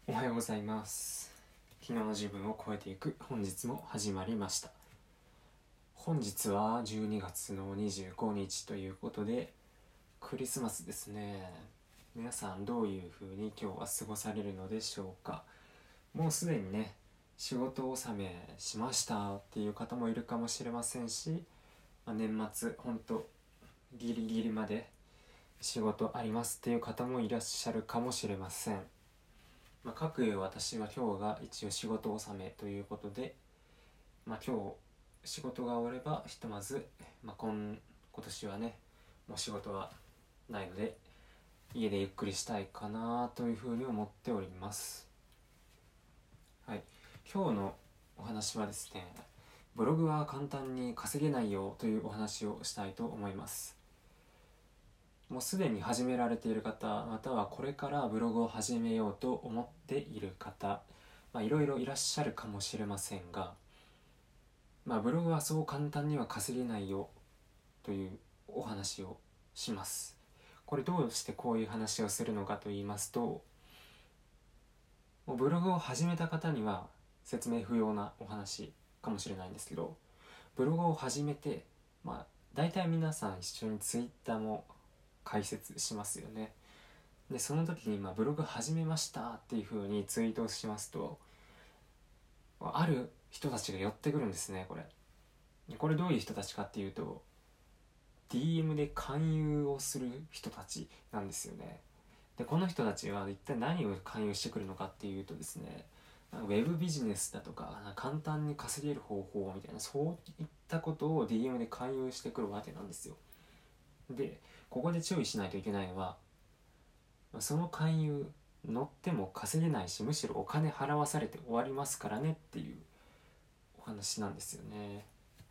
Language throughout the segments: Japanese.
おはようございます。昨日の自分を超えていく本日も始まりました。本日は12月の25日ということでクリスマスですね。皆さんどういう風に今日は過ごされるのでしょうか。もうすでにね、仕事納めしましたっていう方もいるかもしれませんし、年末ほんとギリギリまで仕事ありますっていう方もいらっしゃるかもしれません。かくいう私は今日が一応仕事納めということで、今日仕事が終わればひとまず、今年はねもう仕事はないので家でゆっくりしたいかなというふうに思っております。はい、今日のお話はですね、ブログは簡単に稼げないよというお話をしたいと思います。もうすでに始められている方、またはこれからブログを始めようと思っている方、いろいろいらっしゃるかもしれませんが、ブログはそう簡単には稼げないよというお話をします。これどうしてこういう話をするのかと言いますと、もうブログを始めた方には説明不要なお話かもしれないんですけど、ブログを始めて、大体皆さん一緒にツイッターも解説しますよね。でその時にブログ始めましたっていう風にツイートをしますと、ある人たちが寄ってくるんですね。これどういう人たちかっていうと、 DM で勧誘をする人たちなんですよね。でこの人たちは一体何を勧誘してくるのかっていうとですね、ウェブビジネスだとか簡単に稼げる方法みたいな、そういったことを DM で勧誘してくるわけなんですよ。でここで注意しないといけないのは、その勧誘乗っても稼げないし、むしろお金払わされて終わりますからねっていうお話なんですよね。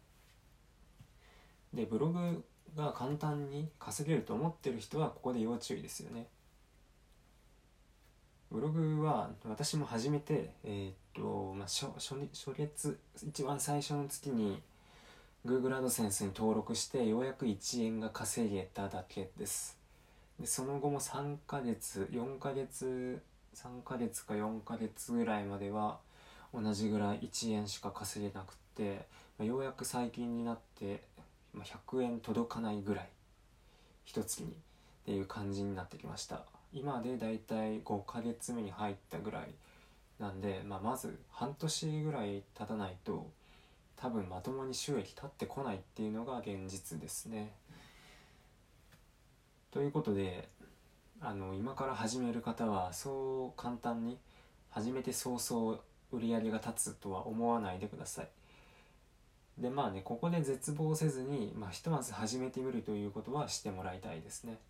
でブログが簡単に稼げると思ってる人はここで要注意ですよね。ブログは私も始めて、初月一番最初の月に Google AdSense に登録してようやく1円が稼げただけです。でその後も3ヶ月か4ヶ月ぐらいまでは同じぐらい1円しか稼げなくて、ようやく最近になって100円届かないぐらい一月にっていう感じになってきました。今でだいたい5ヶ月目に入ったぐらいなんで、まず半年ぐらい経たないと多分まともに収益立ってこないっていうのが現実ですね。ということで、今から始める方はそう簡単に始めて早々売り上げが立つとは思わないでください。でここで絶望せずに、ひとまず始めてみるということはしてもらいたいですね。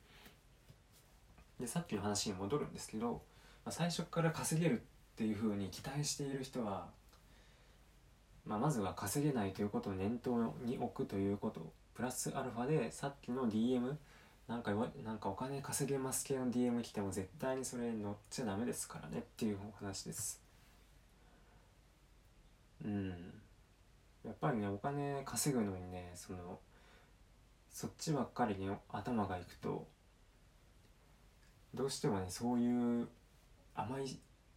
でさっきの話に戻るんですけど、最初から稼げるっていうふうに期待している人は、まずは稼げないということを念頭に置くということ、プラスアルファでさっきの DM、なんかお金稼げます系の DM 来ても絶対にそれ乗っちゃダメですからねっていうお話です。やっぱりね、お金稼ぐのにね、そっちばっかりに頭がいくと、どうしてもね、そういう甘い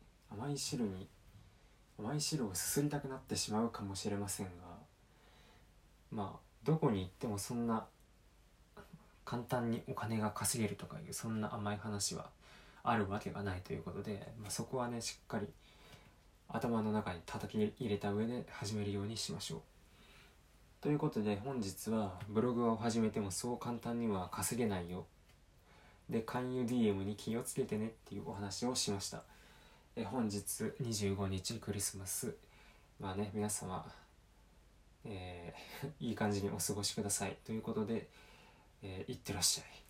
汁をすすりたくなってしまうかもしれませんが、どこに行ってもそんな簡単にお金が稼げるとかいうそんな甘い話はあるわけがないということで、そこはねしっかり頭の中に叩き入れた上で始めるようにしましょう。ということで本日はブログを始めてもそう簡単には稼げないよ、で勧誘 DM に気をつけてねっていうお話をしました。本日25日クリスマス、皆様、いい感じにお過ごしくださいということで、いってらっしゃい。